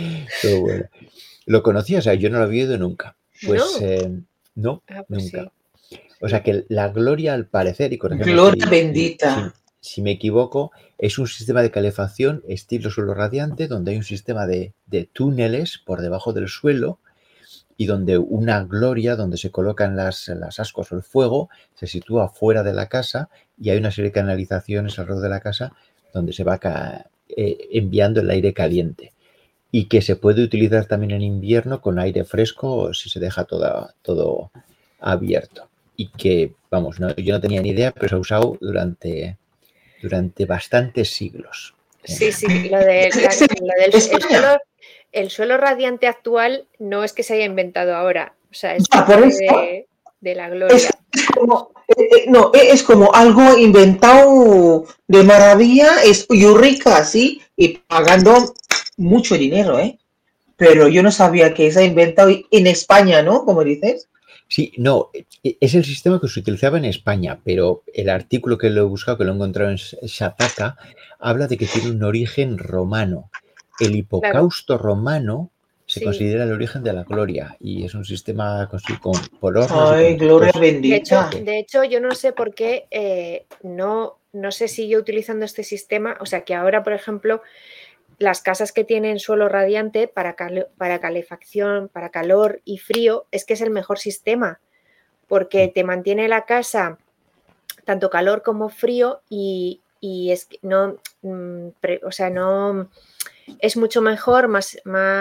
¿Lo conocías? O sea, yo no lo había oído nunca. Pues no, pues nunca. sí. O sea que la Gloria, al parecer, y corrígeme Gloria bendita. si me equivoco, es un sistema de calefacción estilo suelo radiante, donde hay un sistema de túneles por debajo del suelo y donde una gloria, donde se colocan las ascuas o el fuego, se sitúa fuera de la casa y hay una serie de canalizaciones alrededor de la casa donde se va enviando el aire caliente y que se puede utilizar también en invierno con aire fresco si se deja todo abierto. Y que, vamos, yo no tenía ni idea, pero se ha usado durante bastantes siglos. Sí, el suelo radiante actual no es que se haya inventado ahora, o sea, es de la Gloria. Es como algo inventado de maravilla, es Eureka, ¿sí? Y pagando mucho dinero, ¿eh? Pero yo no sabía que se ha inventado en España, ¿no? Como dices. Sí, no, es el sistema que se utilizaba en España, pero el artículo que lo he buscado, que lo he encontrado en Shataka, habla de que tiene un origen romano. El hipocausto romano se considera el origen de la gloria y es un sistema por hornos. Ay, gloria bendita. De hecho, yo no sé por qué no se siguió utilizando este sistema, o sea que ahora, por ejemplo, las casas que tienen suelo radiante para calefacción, para calor y frío, es que es el mejor sistema, porque te mantiene la casa tanto calor como frío y es que no, es mucho mejor, más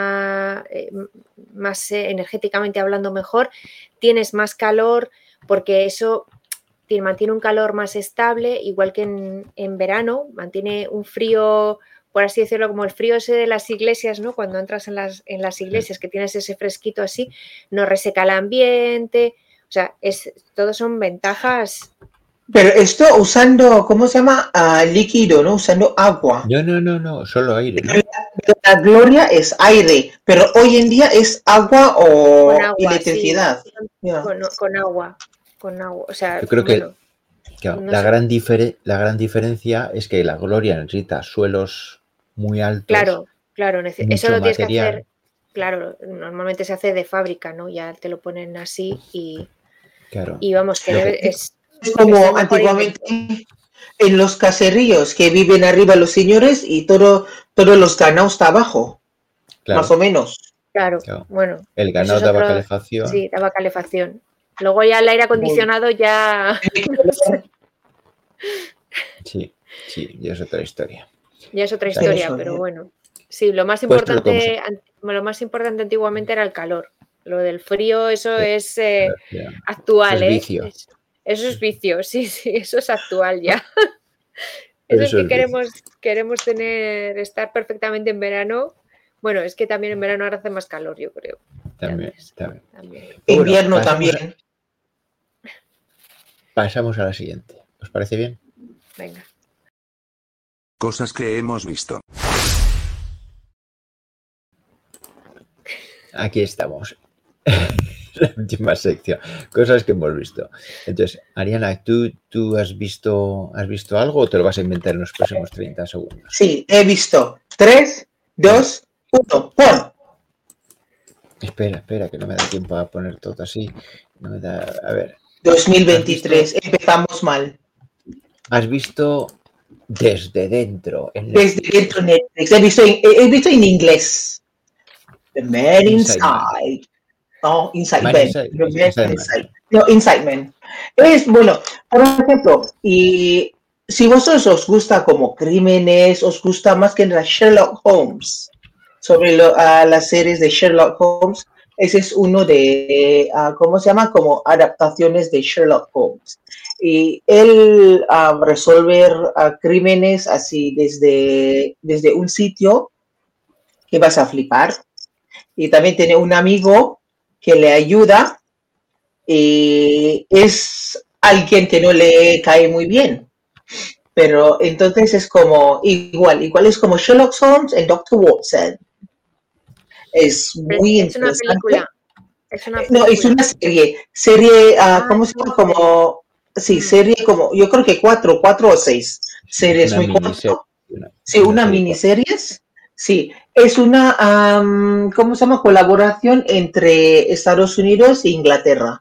energéticamente hablando mejor, tienes más calor porque eso mantiene un calor más estable, igual que en verano, mantiene un frío, por así decirlo, como el frío ese de las iglesias, ¿no? Cuando entras en las iglesias, que tienes ese fresquito así, no reseca el ambiente, o sea, todos son ventajas. Pero esto usando, ¿cómo se llama? Líquido, ¿no? Usando agua. No, solo aire, ¿no? La gloria es aire, pero hoy en día es agua o con agua, electricidad. Sí. Con agua, o sea, yo creo que la gran diferencia es que la gloria necesita suelos muy altos. Claro, eso lo tienes que hacer. Claro, normalmente se hace de fábrica, ¿no? Ya te lo ponen así y vamos, que es como antiguamente en los caseríos que viven arriba los señores y todos los ganados está abajo, más o menos. Claro, bueno. El ganado daba calefacción. Sí, daba calefacción. Luego ya el aire acondicionado ya... Sí, ya es otra historia. Ya es otra historia, pero bueno. Sí, lo más importante antiguamente era el calor. Lo del frío, eso es actual, es vicio. Eso es vicio, sí, eso es actual ya. Eso es que queremos estar perfectamente en verano. Bueno, es que también en verano ahora hace más calor, yo creo. También. Invierno también. Pasamos a la siguiente. ¿Os parece bien? Venga. Cosas que hemos visto. Aquí estamos. La última sección. Cosas que hemos visto. Entonces, Ariana, ¿tú has visto algo o te lo vas a inventar en los próximos 30 segundos? Sí, he visto. 3, 2, 1, ¡pon! Espera, que no me da tiempo a poner todo así. No me da... A ver. 2023, empezamos mal. ¿Has visto Desde Dentro? Desde Dentro Netflix. He visto en inglés. The Man Inside. No, Inside Man. No, Inside Man. Es, bueno, por ejemplo, y si vosotros os gusta como crímenes, os gusta más que nada Sherlock Holmes, sobre las series de Sherlock Holmes, ese es uno de, ¿cómo se llama? Como adaptaciones de Sherlock Holmes. Y él resolver crímenes así desde un sitio que vas a flipar. Y también tiene un amigo que le ayuda y es alguien que no le cae muy bien. Pero entonces es como igual es como Sherlock Holmes y Dr. Watson. Es muy interesante. ¿Es una película? Es una No, es película. una serie. Serie, ¿cómo se Sí, llama? Como, sí, serie como, yo creo que 4 o 6 series, Una muy miniserie. corto. Sí, una serie corta. miniseries. Sí, es una, ¿cómo se llama? Colaboración entre Estados Unidos e Inglaterra.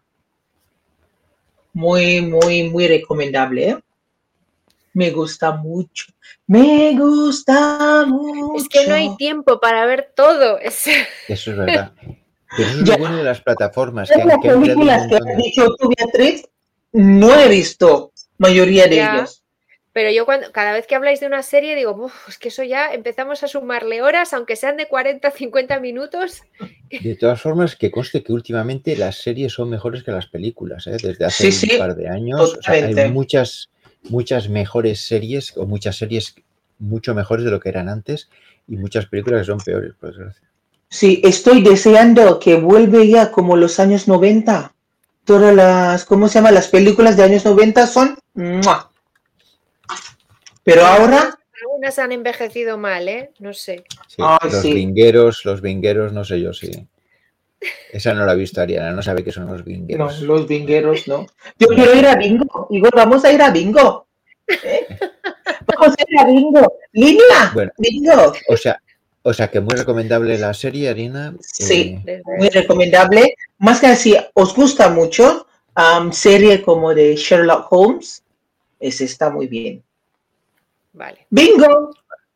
Muy, muy, muy recomendable, ¿eh? Me gusta mucho. Me gusta Es que no hay mucho. tiempo para ver todo. Eso es verdad. Pero eso es Ya, lo bueno de las plataformas, todas las que han creado un películas que montón has de... dicho tú, Beatriz, no he visto mayoría de Ya, ellos. pero yo cada vez que habláis de una serie digo, "Uf, es que eso ya empezamos a sumarle horas, aunque sean de 40, 50 minutos. De todas formas, que conste que últimamente las series son mejores que las películas, ¿eh? Desde hace Sí, un sí, par de años. O sea, hay totalmente. muchas mejores series o muchas series mucho mejores de lo que eran antes y muchas películas que son peores, por desgracia. Sí, estoy deseando que vuelva ya como los años 90. Todas las, ¿cómo se llama? Las películas de años 90 son... ¡mua! Pero Bueno, ahora... algunas han envejecido mal, ¿eh? No sé. Sí, Ay, sí. los vingueros, no sé yo si... Esa no la ha visto Ariana, no sabe qué son los No, vingueros. los vingueros no. Yo No, quiero ir a bingo. Igor, vamos a ir a bingo. ¿Eh? Vamos a ir a bingo. Línea, Bueno, bingo. o sea que muy recomendable la serie, Ariana. Sí, Desde muy luego. recomendable. Más que así, os gusta mucho, serie como de Sherlock Holmes, ese está muy bien. Vale. ¡Bingo!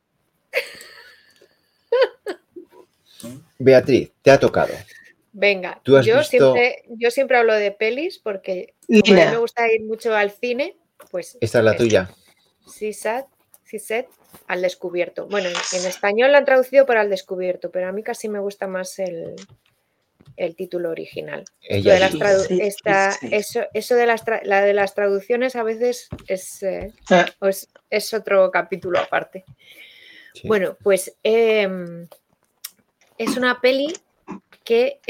Beatriz, te ha tocado. Venga, Tú has yo visto... siempre hablo de pelis porque como a mí me Lina, gusta ir mucho al cine, pues Esta es la tuya. CSAT al descubierto. Bueno, en español la han traducido por al descubierto, pero a mí casi me gusta más el título original. Esto Ella de las dijo. eso de las traducciones a veces es otro capítulo aparte. Sí. Bueno, pues es una peli que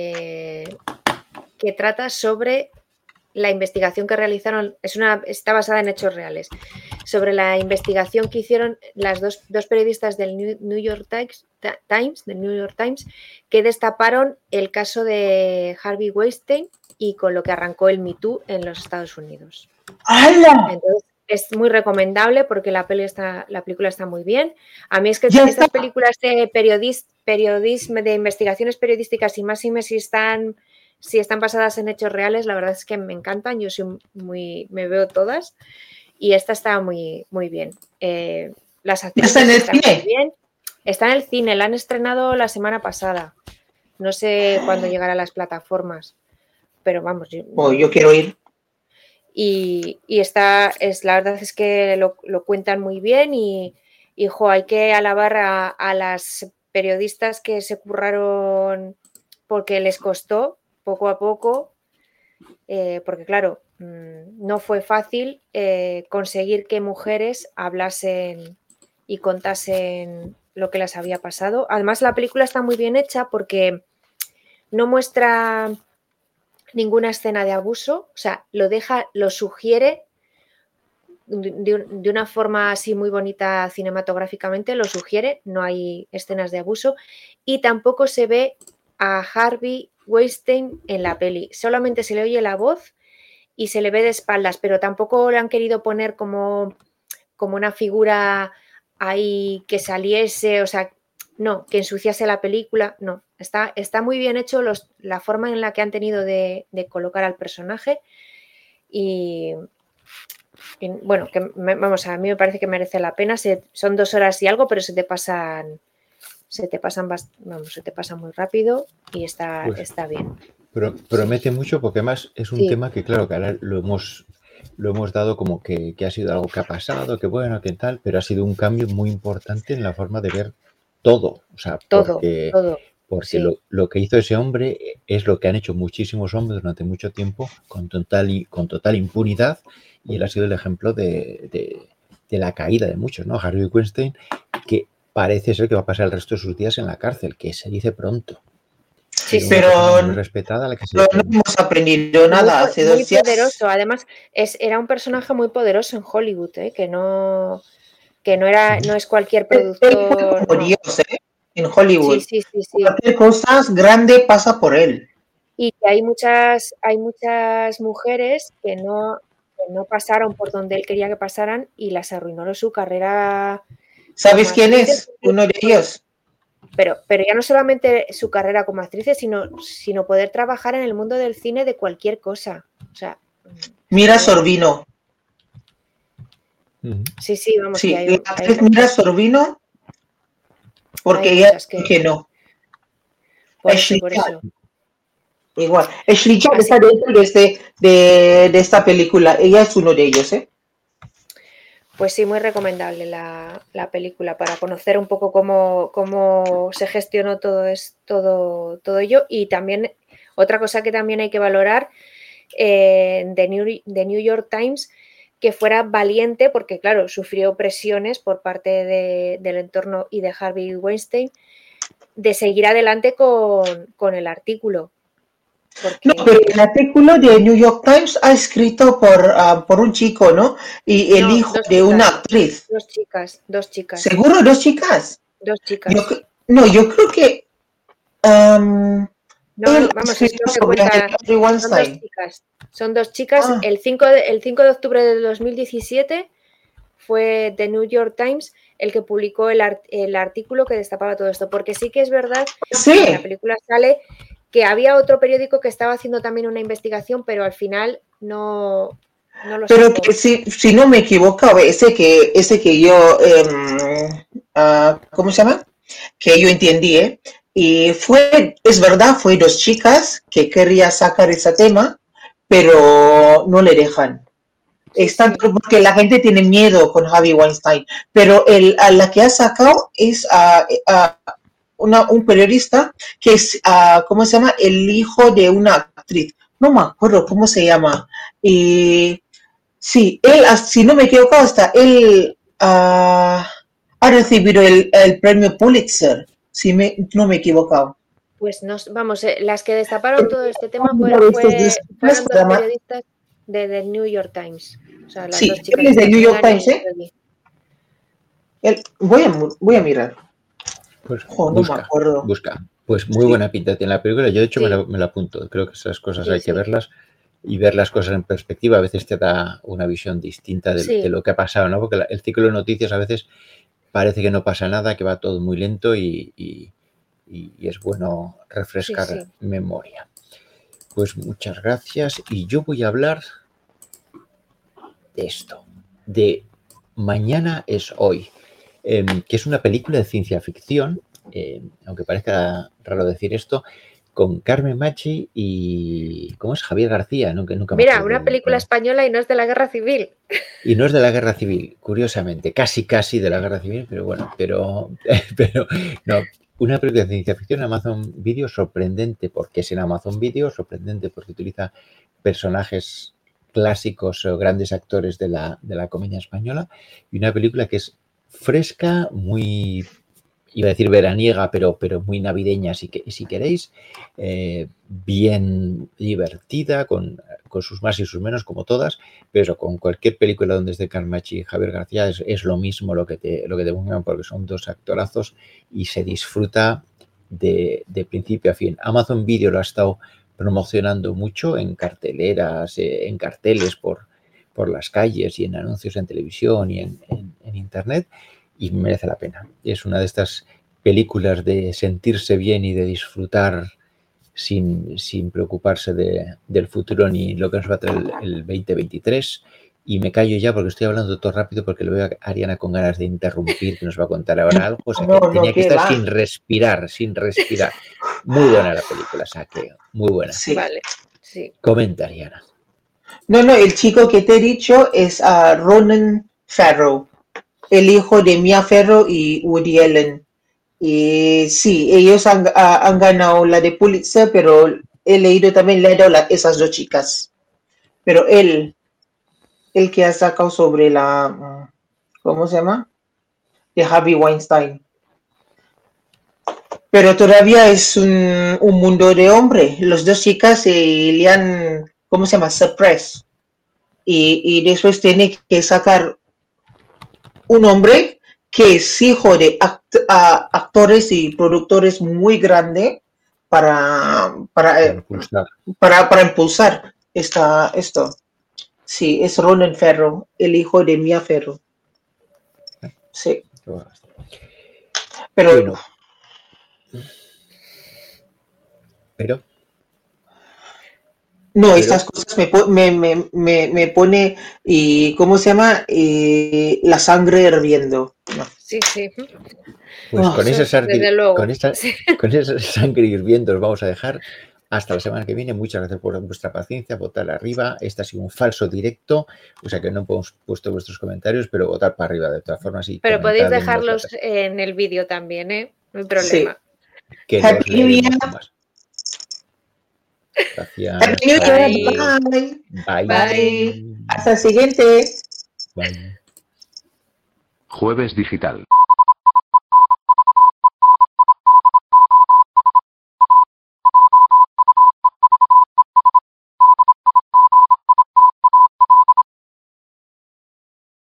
trata sobre la investigación que realizaron, está basada en hechos reales, sobre la investigación que hicieron las dos periodistas del New York Times, que destaparon el caso de Harvey Weinstein y con lo que arrancó el Me Too en los Estados Unidos. ¡hala! Entonces, es muy recomendable porque la película está muy bien. A mí es que estas películas de periodismo, de investigaciones periodísticas y más si están basadas en hechos reales, la verdad es que me encantan. Yo me veo todas y esta está muy, muy bien. Las actrices están muy bien. Está en el cine, la han estrenado la semana pasada. No sé cuándo llegará a las plataformas, pero vamos. Yo quiero ir. Y la verdad es que lo cuentan muy bien y hay que alabar a las periodistas que se curraron porque les costó poco a poco, porque claro, no fue fácil conseguir que mujeres hablasen y contasen lo que les había pasado. Además, la película está muy bien hecha porque no muestra ninguna escena de abuso, o sea, lo sugiere de una forma así muy bonita cinematográficamente, lo sugiere, no hay escenas de abuso y tampoco se ve a Harvey Weinstein en la peli, solamente se le oye la voz y se le ve de espaldas, pero tampoco le han querido poner como una figura ahí que saliese, o sea, no, que ensuciase la película, no, está muy bien hecho la forma en la que han tenido de colocar al personaje y bueno, a mí me parece que merece la pena, son 2 horas y algo, pero se te pasan muy rápido y está bien. Promete mucho porque además es un tema que claro que ahora lo hemos dado como que ha sido algo que ha pasado, que bueno, que tal, pero ha sido un cambio muy importante en la forma de ver todo. O sea, porque lo que hizo ese hombre es lo que han hecho muchísimos hombres durante mucho tiempo con total impunidad y él ha sido el ejemplo de la caída de muchos, ¿no? Harvey Weinstein, que parece ser que va a pasar el resto de sus días en la cárcel, que se dice pronto. Sí, pero muy respetada la que se no hemos aprendido nada hace 2 días. Muy poderoso, además era un personaje muy poderoso en Hollywood, que no es cualquier productor. Como Dios, en Hollywood. Sí. Cualquier cosa grande pasa por él. Y hay muchas mujeres que no pasaron por donde él quería que pasaran y las arruinó su carrera. ¿Sabes quién es? Uno de ellos. Pero ya no solamente su carrera como actriz, sino poder trabajar en el mundo del cine de cualquier cosa. O sea, Mira Sorvino. Sí, vamos. Sí, que hay Mira Sorvino, porque ella que no. Por eso. Igual. Ashley Judd está dentro de esta película. Ella es uno de ellos, ¿eh? Pues sí, muy recomendable la película para conocer un poco cómo se gestionó todo ello. Y también, otra cosa que también hay que valorar, The New York Times, que fuera valiente, porque claro, sufrió presiones por parte del entorno y de Harvey Weinstein, de seguir adelante con el artículo. Porque... No, pero el artículo de New York Times ha escrito por un chico, ¿no? Y el hijo de una actriz. Dos chicas. ¿Seguro? ¿Dos chicas? Dos chicas. Yo creo que... vamos, es lo que cuenta. Son dos chicas. El 5 de octubre del 2017 fue The New York Times el que publicó el artículo que destapaba todo esto. Porque sí que es verdad que en la película sale que había otro periódico que estaba haciendo también una investigación, pero al final no lo pero sacó. Que si no me equivoco, ese que yo, ¿cómo se llama? Que yo entendí, y es verdad, fue dos chicas que quería sacar ese tema, pero no le dejan. Porque la gente tiene miedo con Harvey Weinstein, pero a la que ha sacado es un periodista que es, ¿cómo se llama? El hijo de una actriz. No me acuerdo cómo se llama. Y sí, él, si no me equivoco, hasta él ha recibido el premio Pulitzer, si no me he equivocado. Pues las que destaparon todo este tema fueron dos periodistas de The New York Times. O sea, las dos chicas. Él es de New York Times, ¿eh? Voy a mirar. Pues no me acuerdo. Busca. Pues muy buena pinta tiene la película. Yo, de hecho, me la apunto. Creo que esas cosas hay que verlas y ver las cosas en perspectiva. A veces te da una visión distinta de lo que ha pasado, ¿no? Porque el ciclo de noticias a veces parece que no pasa nada, que va todo muy lento y es bueno refrescar memoria. Pues muchas gracias. Y yo voy a hablar de esto, de Mañana es hoy, que es una película de ciencia ficción, aunque parezca raro decir esto, con Carmen Machi y... ¿Cómo es? Javier García. Nunca Mira, una película española y no es de la Guerra Civil. Y no es de la Guerra Civil, curiosamente. Casi de la Guerra Civil, pero bueno, pero no. Una película de ciencia ficción en Amazon Video, sorprendente porque es en Amazon Video, sorprendente porque utiliza personajes clásicos o grandes actores de la comedia española, y una película que es fresca, muy, iba a decir veraniega, pero muy navideña si queréis, bien divertida, con sus más y sus menos, como todas, pero con cualquier película donde esté Carmen Machi y Javier García es lo mismo lo que te pongan, porque son dos actorazos y se disfruta de principio a fin. Amazon Video lo ha estado promocionando mucho en carteleras, en carteles por las calles y en anuncios en televisión y en internet, y merece la pena. Es una de estas películas de sentirse bien y de disfrutar sin preocuparse del futuro ni lo que nos va a traer el 2023. Y me callo ya porque estoy hablando todo rápido porque lo veo a Ariana con ganas de interrumpir, que nos va a contar ahora algo. O sea, que tenía que estar sin respirar. Muy buena la película, Saqueo. Muy buena. Sí. Vale, sí. Comenta, Ariana. No, el chico que te he dicho es Ronan Farrow, el hijo de Mia Farrow y Woody Allen. Y sí, ellos han ganado la de Pulitzer, pero he leído también, le he dado esas dos chicas. Pero el que ha sacado sobre la, ¿cómo se llama? De Harvey Weinstein. Pero todavía es un mundo de hombre. Las dos chicas le han, ¿cómo se llama? Suppress. Y después tiene que sacar un hombre que es hijo de actores y productores muy grande para impulsar esto. Sí, es Ronan Farrow, el hijo de Mia Farrow. Sí. Pero no, estas cosas me pone, y ¿cómo se llama? La sangre hirviendo. No. Sí. Pues con esa desde sangre hirviendo os vamos a dejar hasta la semana que viene. Muchas gracias por vuestra paciencia. Votar arriba. Este ha sido un falso directo, o sea que no hemos puesto vuestros comentarios, pero votar para arriba de todas formas. Pero podéis dejarlos en el vídeo también, ¿eh? No hay problema. Sí. Que los leeremos más. Gracias. Bye. Hasta el siguiente. Bye. Jueves Digital.